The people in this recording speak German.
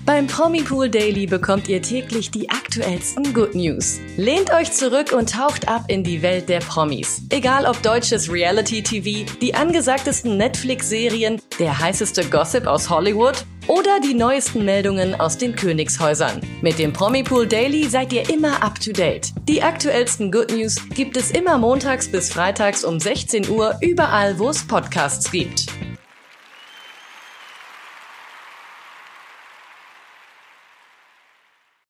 Beim Promipool Daily bekommt ihr täglich die aktuellsten Good News. Lehnt euch zurück und taucht ab in die Welt der Promis. Egal ob deutsches Reality-TV, die angesagtesten Netflix-Serien, der heißeste Gossip aus Hollywood oder die neuesten Meldungen aus den Königshäusern. Mit dem Promipool Daily seid ihr immer up to date. Die aktuellsten Good News gibt es immer montags bis freitags um 16 Uhr überall, wo es Podcasts gibt.